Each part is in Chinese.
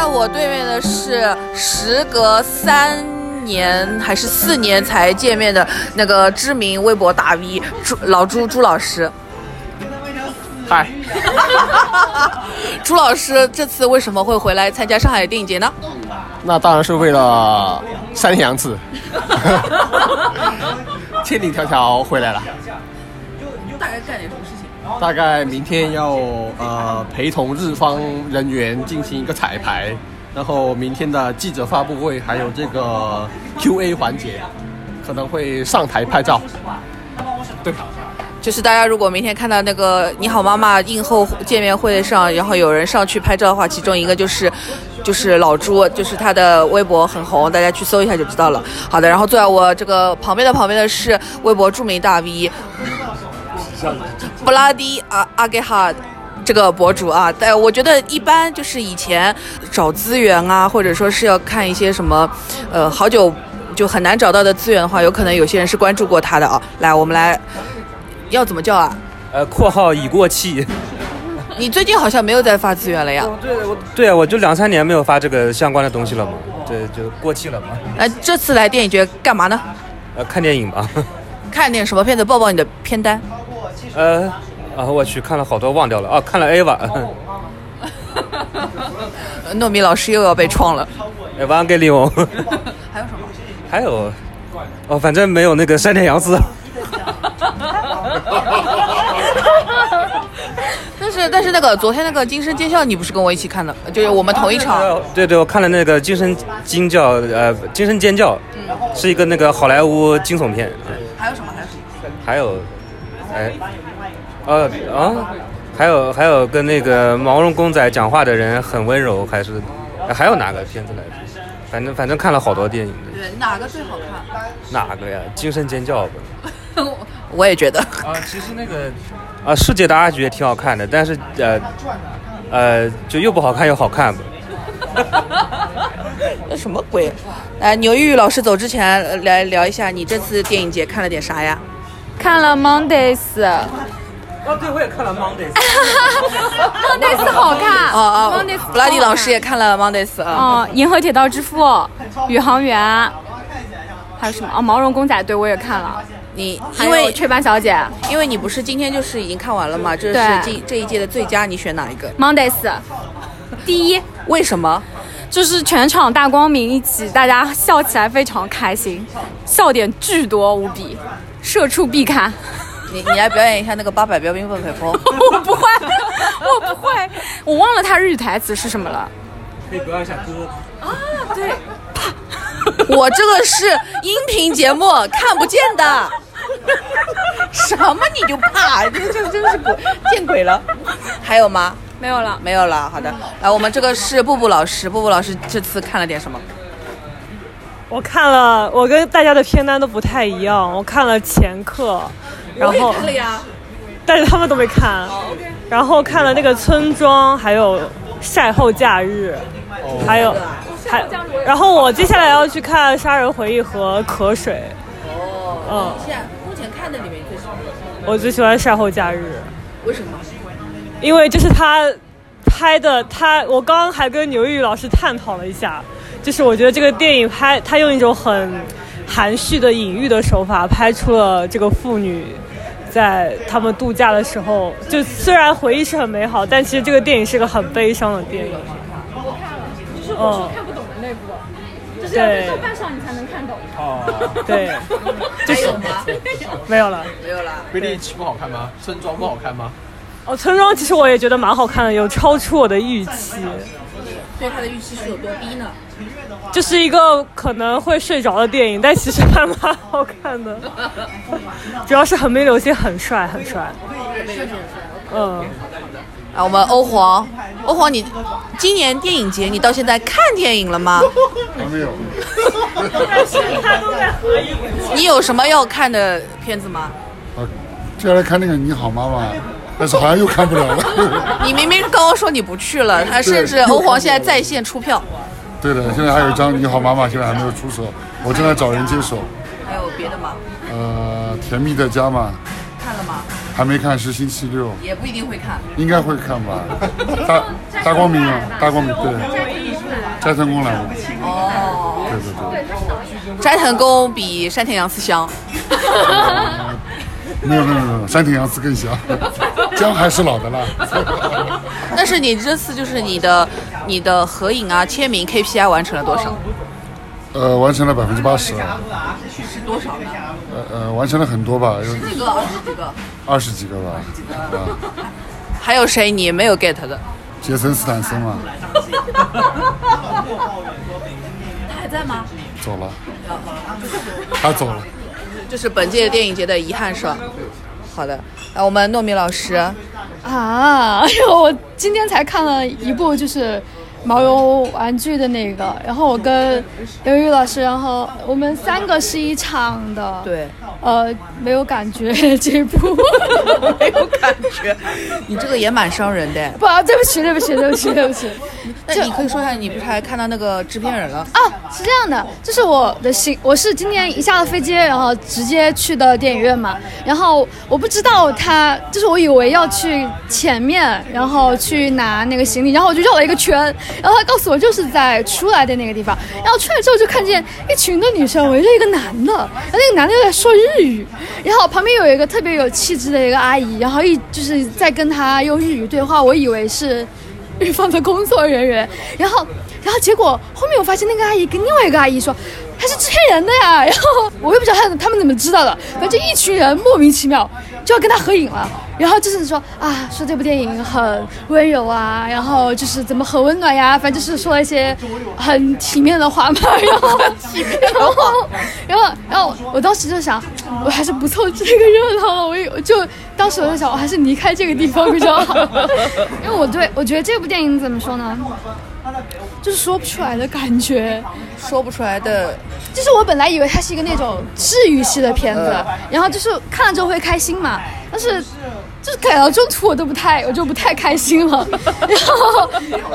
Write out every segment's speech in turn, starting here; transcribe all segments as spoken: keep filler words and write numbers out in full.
我对面的是时隔三年还是四年才见面的那个知名微博大 V 朱老朱朱老师。 嗨， 朱老师这次为什么会回来参加上海电影节呢？ 那当然是为了三阳字，千里迢迢回来了。 大概干点什么事情？ 大概明天要呃陪同日方人员进行一个彩排，然后明天的记者发布会还有这个 Q A 环节，可能会上台拍照。对。 就是大家如果明天看到那个你好妈妈映后见面会上，然后有人上去拍照的话，其中一个就是就是老朱，就是他的微博很红，大家去搜一下就知道了。好的，然后坐在我这个旁边的旁边的是微博著名大 V 布拉迪阿阿给哈这个博主啊。但我觉得一般就是以前找资源啊，或者说是要看一些什么呃好久就很难找到的资源的话，有可能有些人是关注过他的啊。来，我们来。要怎么叫啊？ 呃，括号已过期。 你最近好像没有在发资源了呀？ 哦、对，我对啊，我就两三年没有发这个相关的东西了嘛，对，就过期了嘛。 哎、呃，这次来电影节干嘛呢？ 呃，看电影吧。 看点什么片子？报报你的片单。 呃，啊，我去看了好多忘掉了。哦、啊，看了 Ava。 糯米老师又要被创了。 Evangelion。 还有什么？ 还有，哦，反正没有那个山田洋次。 但是但是那个昨天那个惊声尖叫你不是跟我一起看的，就是我们同一场。 对对，我看了那个惊声惊叫，呃，惊声尖叫，嗯，是一个那个好莱坞惊悚片。 还有什么？还有什么？ 还有，哎，呃啊，还有还有跟那个毛绒公仔讲话的人很温柔，还是、呃、还有哪个片子来着？反正反正看了好多电影的。 对，哪个最好看？ 哪个呀？惊声尖叫吧。 我也觉得啊，其实那个啊，世界的阿菊也挺好看的，但是呃呃，就又不好看又好看吧。 那什么鬼？来，牛玉老师走之前来聊一下，你这次电影节看了点啥呀？ 看了 Mondays。 哦，对，我也看了 Mondays。 Mondays 好看。 哦哦 ，Mondays。 布拉迪老师也看了 Mondays 啊。 哦，银河铁道之父、宇航员，还有什么？哦，毛绒公仔，对我也看了。 你因为雀斑小姐， 因为你不是今天就是已经看完了嘛？这是这这一届的最佳，你选哪一个 ？Mondays， 第一。 为什么？ 就是全场大光明一起，大家笑起来非常开心，笑点巨多无比，社畜必看。 你你来表演一下那个八百标兵奔北风。 我不会，我不会，我忘了他日语台词是什么了。 可以表演一下歌。 啊，对。 我这个是音频节目，看不见的。什么你就怕？这这真是鬼见鬼了。还有吗？ 没有了， 没有了。好的，来，我们这个是布布老师，布布老师这次看了点什么？ 我看了，我跟大家的片单都不太一样。我看了前客，然后我也看了呀， 但是他们都没看。 哦 okay、 然后看了那个村庄，还有晒后假日， 哦、 还有还，然后我接下来要去看《杀人回忆》和《渴水》。 哦，嗯，现在目前看的里面最喜欢？ 我最喜欢晒后假日。 为什么？ 因为就是他拍的，他我刚刚还跟牛玉老师探讨了一下，就是我觉得这个电影拍他用一种很含蓄的隐喻的手法，拍出了这个父女在他们度假的时候，就虽然回忆是很美好，但其实这个电影是个很悲伤的电影。 我看了，就是我是看不懂的那部，就是要在豆瓣上你才能看懂。 哦， 对， 还有吗？ 没有了， 没有了。 Village 不好看吗？村庄不好看吗？ 哦，村庄其实我也觉得蛮好看的，有超出我的预期。 对他的预期是有多低呢？ 就是一个可能会睡着的电影，但其实还蛮好看的。主要是横滨流星很帅，很帅。嗯。 啊，我们欧皇，欧皇，你今年电影节你到现在看电影了吗？ 还没有。 但是他都在合影。 你有什么要看的片子吗？ 啊，接下来看那个《你好妈妈》。但是好像又看不了了。 你明明刚刚说你不去了，他甚至欧皇现在在线出票。 对的，现在还有一张《你好妈妈》，现在还没有出手，我正在找人接手。 还有别的吗？ 呃，甜蜜的家嘛。 看了吗？ 还没看，是星期六。 也不一定会看。 应该会看吧。大大光明啊，大光明对。 斋藤工来过。 哦， 对对对。 斋藤工比山田洋次香。 没有没有没有，山田洋次更香，姜还是老的啦。 但是你这次就是你的你的合影啊、签名 K P I 完成了多少？ 呃，完成了百分之八十。 是多少？ 呃呃，完成了很多吧，有几个？二十几个？ 二十几个吧。啊。 还有谁你没有 get 的？ 杰森斯坦森嘛。 他还在吗？ 走了。他走了。 就是本届电影节的遗憾是吧？好的，那我们糯米老师啊，我今天才看了一部就是毛绒玩具的那个，然后我跟刘宇老师，然后我们三个是一场的， 对， 呃，没有感觉这部， 没有感觉，你这个也蛮伤人的。 不，对不起，对不起，对不起，对不起。 那你可以说一下，你不是还看到那个制片人了啊？是这样的，就是我的行，我是今天一下了飞机，然后直接去的电影院嘛。然后我不知道他，就是我以为要去前面，然后去拿那个行李，然后我就绕了一个圈，然后他告诉我就是在出来的那个地方。然后出来之后就看见一群的女生围着一个男的，然后那个男的又在说日语，然后旁边有一个特别有气质的一个阿姨，然后一就是在跟他用日语对话，我以为是日方的工作人员，然后，然后结果后面我发现那个阿姨跟另外一个阿姨说，她是制片人的呀，然后我也不知道他他们怎么知道的，反正一群人莫名其妙就要跟他合影了，然后就是说啊，说这部电影很温柔啊，然后就是怎么很温暖呀，反正就是说了一些很体面的话嘛，然后体面的话，然后然后我当时就想，我还是不凑这个热闹了，我我就当时我就想，我还是离开这个地方比较好，因为我对我觉得这部电影怎么说呢？就是说不出来的感觉， 说不出来的。 就是我本来以为它是一个那种治愈系的片子，呃、然后就是看了之后会开心嘛，但是就是改到中途我都不太，我就不太开心了。然后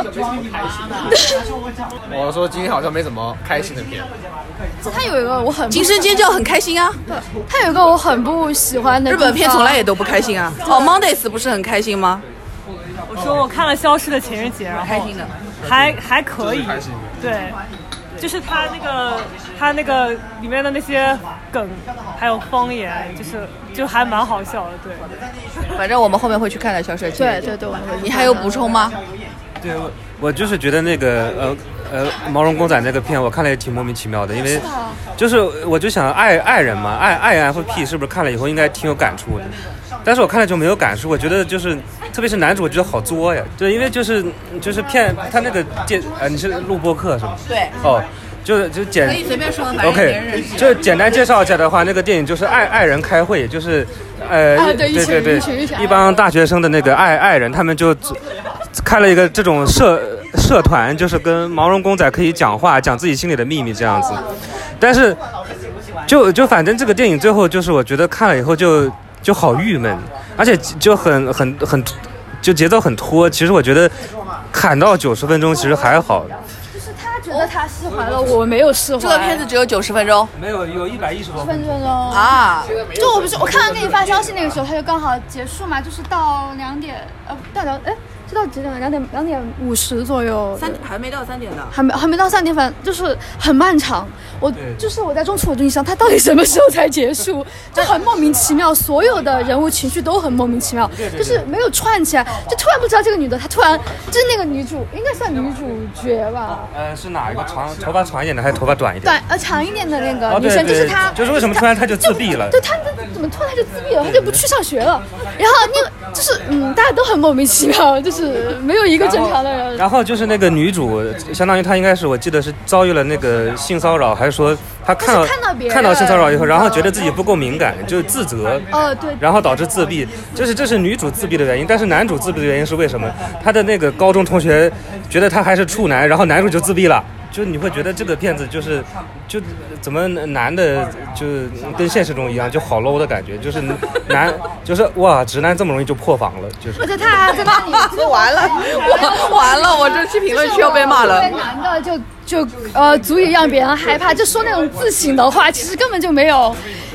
我说今天好像没什么开心的片。 它有一个我很惊声尖叫很开心啊， 对，它有一个我很不喜欢的。 日本片从来也都不开心啊。哦 ，Mondays 不是很开心吗？ 我说我看了《消失的情人节》，然后开心的。 还还可以，对，就是他那个他那个里面的那些梗，还有方言，就是就还蛮好笑的，对。 反正我们后面会去看的《消失的情人节》。 对对对， 你还有补充吗？ 对，我我就是觉得那个呃呃毛绒公仔那个片，我看了也挺莫名其妙的，因为就是我就想爱爱人嘛，爱爱人 F P 是不是看了以后应该挺有感触的？但是我看了就没有感触，我觉得就是特别是男主，我觉得好作呀，对，因为就是就是骗他那个介呃你是录播客是吗？ 对。 哦，就就简可以随便说 ，OK， 就简单介绍一下的话，那个电影就是爱爱人开会，就是呃、 啊、对对对对， 一帮大学生的那个爱爱人，他们就开了一个这种社社团，就是跟毛绒公仔可以讲话，讲自己心里的秘密这样子，但是就就反正这个电影最后就是我觉得看了以后就。就好郁闷，而且就很很很，就节奏很拖。其实我觉得砍到九十分钟其实还好。 就是他觉得他释怀了，我没有释怀。 这个片子只有九十分钟， 没有有一百一十多分钟啊！ 就我不是我看到给你发消息那个时候，他就刚好结束嘛，就是到两点呃到两哎。知道几点了？两点两点五十左右， 三还没到三点呢， 还没还没到三点，反正就是很漫长。我就是我在中途我就想，他到底什么时候才结束？就很莫名其妙，所有的人物情绪都很莫名其妙，就是没有串起来，就突然不知道这个女的，她突然就是那个女主，应该算女主角吧？ 呃，是哪一个长头发长一点的，还是头发短一点？ 短呃长一点的那个女生，就是她， 就是为什么突然她就自闭了？ 对，她怎么突然她就自闭了？她就不去上学了？然后那个就是嗯，大家都很莫名其妙，就是。是没有一个正常的人。 然后就是那个女主，相当于她应该是我记得是遭遇了那个性骚扰，还是说她看到看到别人看到性骚扰以后，然后觉得自己不够敏感，就自责。 哦，对。 然后导致自闭，就是这是女主自闭的原因。但是男主自闭的原因是为什么？他的那个高中同学觉得他还是处男，然后男主就自闭了。就你会觉得这个片子就是就怎么男的就跟现实中一样就好 low 的感觉，就是男就是哇直男这么容易就破防了，就是我觉得他在那里完了我完了我这期评论区要被骂了。 作为男的就就呃足以让别人害怕，就说那种自省的话，其实根本就没有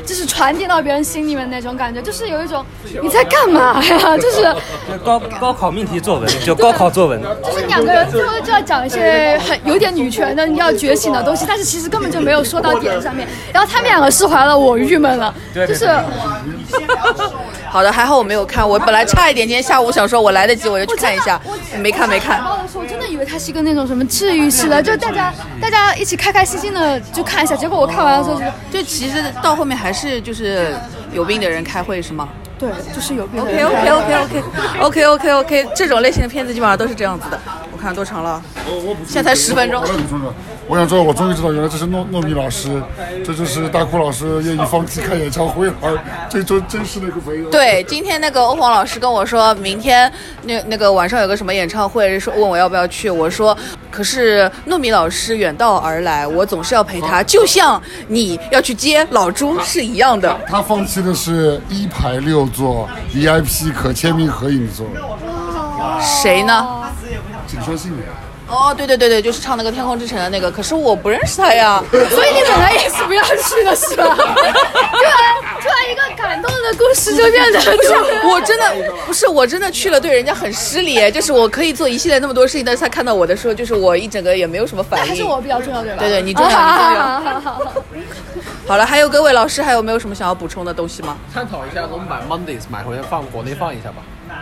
就是传递到别人心里面那种感觉，就是有一种你在干嘛呀？就是高高考命题作文，就高考作文， 就是两个人最后就要讲一些很有点女权的、你要觉醒的东西，但是其实根本就没有说到点上面。然后他们两个释怀了，我郁闷了，就是。 好的，还好我没有看，我本来差一点，今天下午想说我来得及我就去看一下，没看没看。 我真的以为它是一个那种什么治愈式的，就大家大家一起开开心心的就看一下，结果我看完的时候就其实到后面还是就是有病的人开会是吗？ 对，就是有病的 OK OK OK OK OK OK OK 这种类型的片子基本上都是这样子的。我看多长了？现在才十分钟。 我想知道，我终于知道，原来这是糯糯米老师，这就是大哭老师愿意放弃看演唱会而最终真实的一个朋友。 对，今天那个欧皇老师跟我说，明天那那个晚上有个什么演唱会，说问我要不要去，我说可是糯米老师远道而来，我总是要陪他，就像你要去接老朱是一样的。 他放弃的是一排六座 V I P 可签名合影座。 谁呢？ 请说姓名。 哦，对对对对，就是唱那个《天空之城》的那个，可是我不认识他呀， 所以你本来也是不要去的是吧？突然突然一个感动的故事就变成不是，我真的不是，我真的去了，对人家很失礼，就是我可以做一系列那么多事情，但是他看到我的时候，就是我一整个也没有什么反应。 还是我比较重要对吧？ 对对，你重要，你重要。好好好。好了，还有各位老师，还有没有什么想要补充的东西吗？ 探讨一下，我们把 Mondays 买回来放国内放一下吧。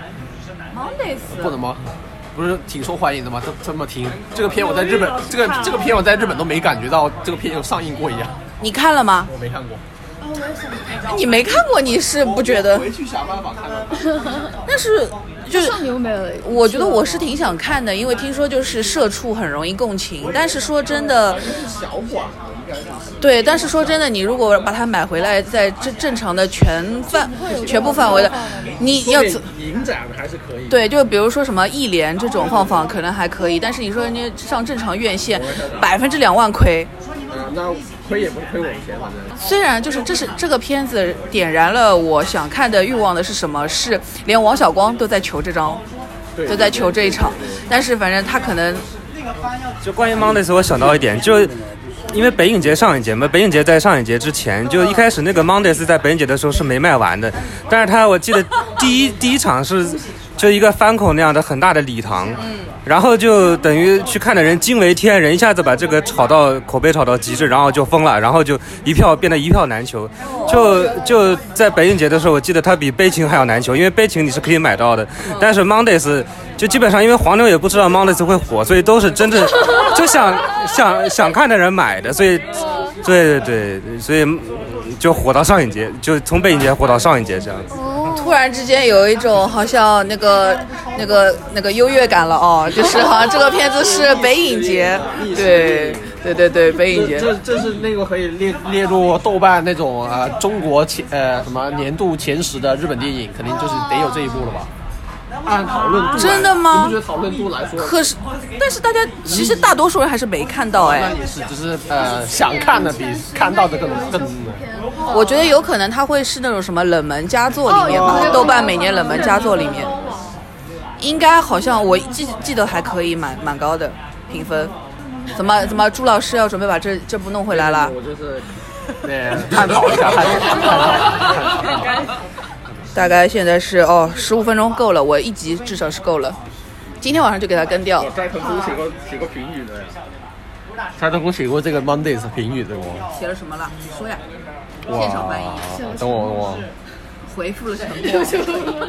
Mondays 不能吗？不是挺受欢迎的吗？这这么听这个片，我在日本这个这个片我在日本都没感觉到这个片有上映过一样。 你看了吗？ 我没看过。 你没看过，你是不觉得？ 回去想办法看了。 但是就是我觉得我是挺想看的，因为听说就是社畜很容易共情，但是说真的， 小馆对，但是说真的，你如果把它买回来，在正正常的全范全部范围的，你要影展还是可以。 对，就比如说什么艺联这种放放可能还可以，但是你说人家上正常院线，百分之两万亏。 嗯，那亏也不亏我钱，反正。 虽然就是这是这个片子点燃了我想看的欲望的是什么？是连王小光都在求这张，都在求这一场，但是反正他可能。 就关于 Mondays， 我想到一点，就因为北影节上一节嘛，北影节在上一节之前，就一开始那个 Mondays 在北影节的时候是没卖完的，但是他我记得第一第一场是就一个翻口那样的很大的礼堂，然后就等于去看的人惊为天人，一下子把这个炒到口碑炒到极致，然后就疯了，然后就一票变得一票难求。就就在北影节的时候，我记得它比悲情还要难求，因为悲情你是可以买到的，但是 Mondays 就基本上因为黄牛也不知道 Mondays 会火，所以都是真正就想想想看的人买的，所以对对对，所以就火到上一节，就从北影节火到上一节这样子。 突然之间有一种好像那个那个那个优越感了哦，就是好像这个片子是北影节，对对对对，北影节。 这这是那个可以列列入豆瓣那种呃中国前呃什么年度前十的日本电影，肯定就是得有这一部了吧？按讨论度， 真的吗？ 你不觉得讨论度来说？ 可是，但是大家其实大多数人还是没看到哎。 那也是，只是呃想看的比看到的更更。 我觉得有可能它会是那种什么冷门佳作里面吧，豆瓣每年冷门佳作里面，应该好像我记记得还可以，蛮蛮高的评分。怎么怎么朱老师要准备把这这部弄回来了？ 我就是对探讨一下，探讨。 大概现在是哦，十五分钟够了，我一集至少是够了。今天晚上就给它跟掉。 我在腾空写过写过评语的呀，在腾空写过这个 Mondays 评语的我。 写了什么了？你说呀。现场翻译。 等我等我。 回复了什么？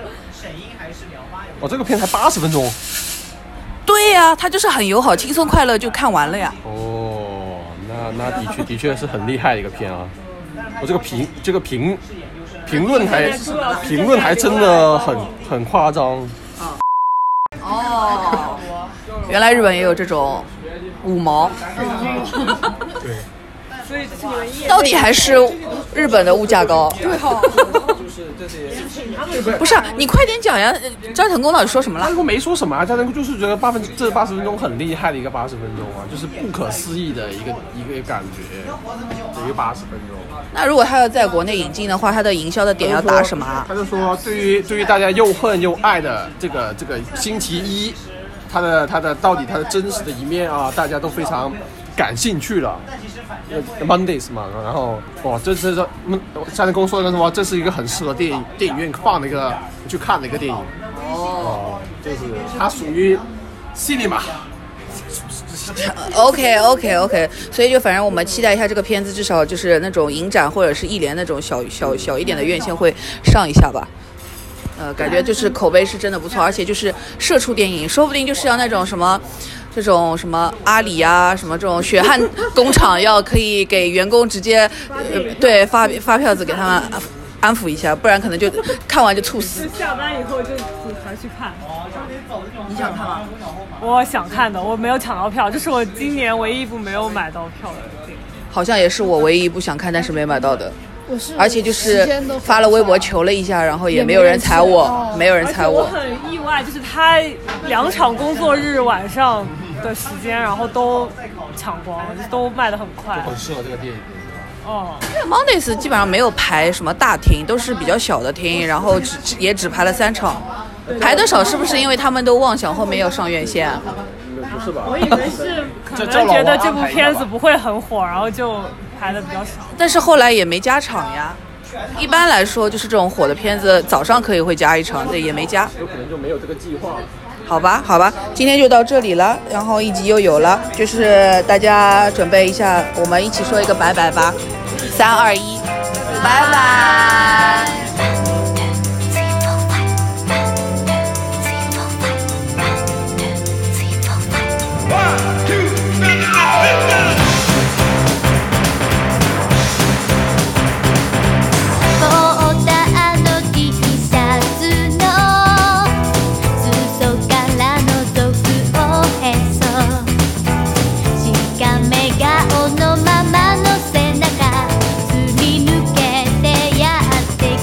我这个片才八十分钟。 对呀、啊，它就是很友好、轻松、快乐就看完了呀。 哦，那那的确的确是很厉害的一个片啊！我这个评这个评。评论还评论还真的很很夸张。 哦，原来日本也有这种五毛。 对。 所以你们到底还是日本的物价高。 对哈。 不是、啊，你快点讲呀！张成功到底说什么了？ 张成功没说什么啊，张成功就是觉得八分这八十分钟很厉害的一个八十分钟啊，就是不可思议的一个一个感觉，一个八十分钟。 那如果他要在国内引进的话，他的营销的点要打什么、啊？ 他就说，对于对于大家又恨又爱的这个这个星期一，他的他的到底他的真实的一面啊，大家都非常感兴趣了。Mondays 嘛，然后哇，这这这，夏天公说的什么？这是一个很适合电影电影院放的一个去看的一个电影。哦，就是它属于 cinema。 OK OK OK， 所以就反正我们期待一下这个片子，至少就是那种影展或者是艺联那种小小小一点的院线会上一下吧。呃，感觉就是口碑是真的不错，而且就是社畜电影，说不定就是要那种什么。这种什么阿里啊，什么这种血汗工厂要可以给员工直接、呃、对发发票子给他们安抚一下，不然可能就看完就猝死。 下班以后就组团去看。 你想看吗？ 我想看的，我没有抢到票，这是我今年唯一一部没有买到票的电影。 好像也是我唯一一部想看但是没买到的。 我是而且就是发了微博求了一下，然后也没有人睬我，没有人睬我。 我很意外，就是他两场工作日晚上的时间，然后都抢光，都卖得很快， 很适合这个电影。 哦 ，Mondays 基本上没有排什么大厅，都是比较小的厅，然后只也只排了三场，排得少是不是因为他们都妄想后面要上院线？ 不是吧？ 我以为是可能觉得这部片子不会很火，然后就排的比较少。 但是后来也没加场呀。一般来说，就是这种火的片子，早上可以会加一场，对，也没加。 有可能就没有这个计划了。 好吧，好吧，今天就到这里了，然后一集又有了，就是大家准备一下，我们一起说一个拜拜吧，三二一，拜拜。 顔のままの背中すり抜けてやって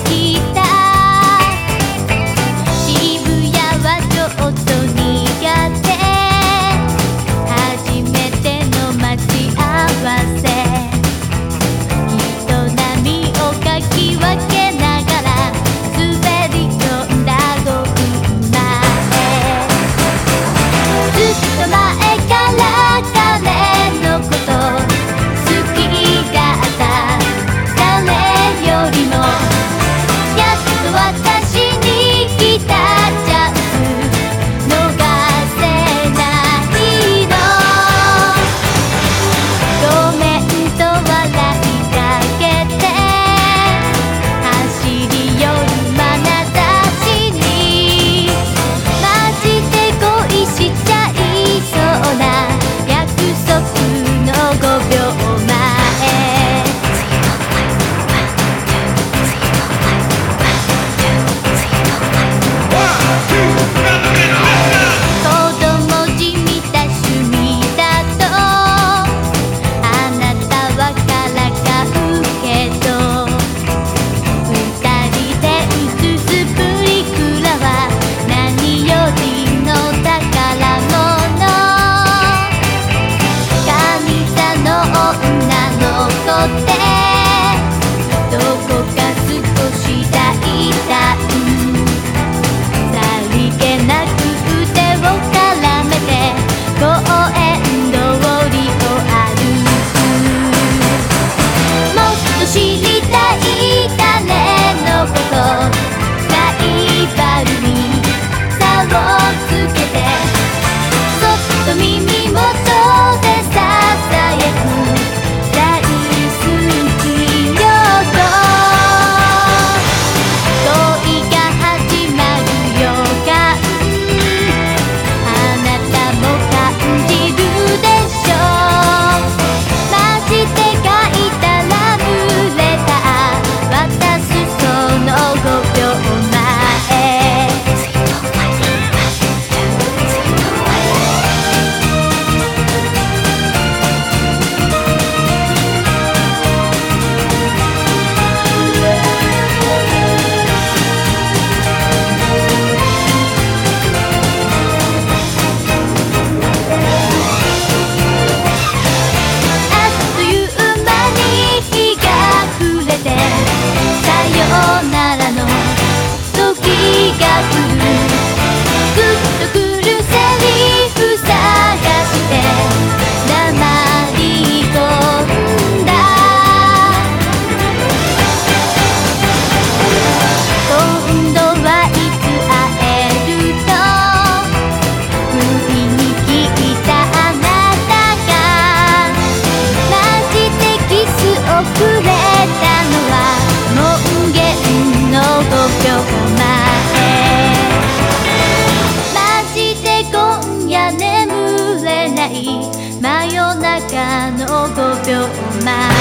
のごびょうま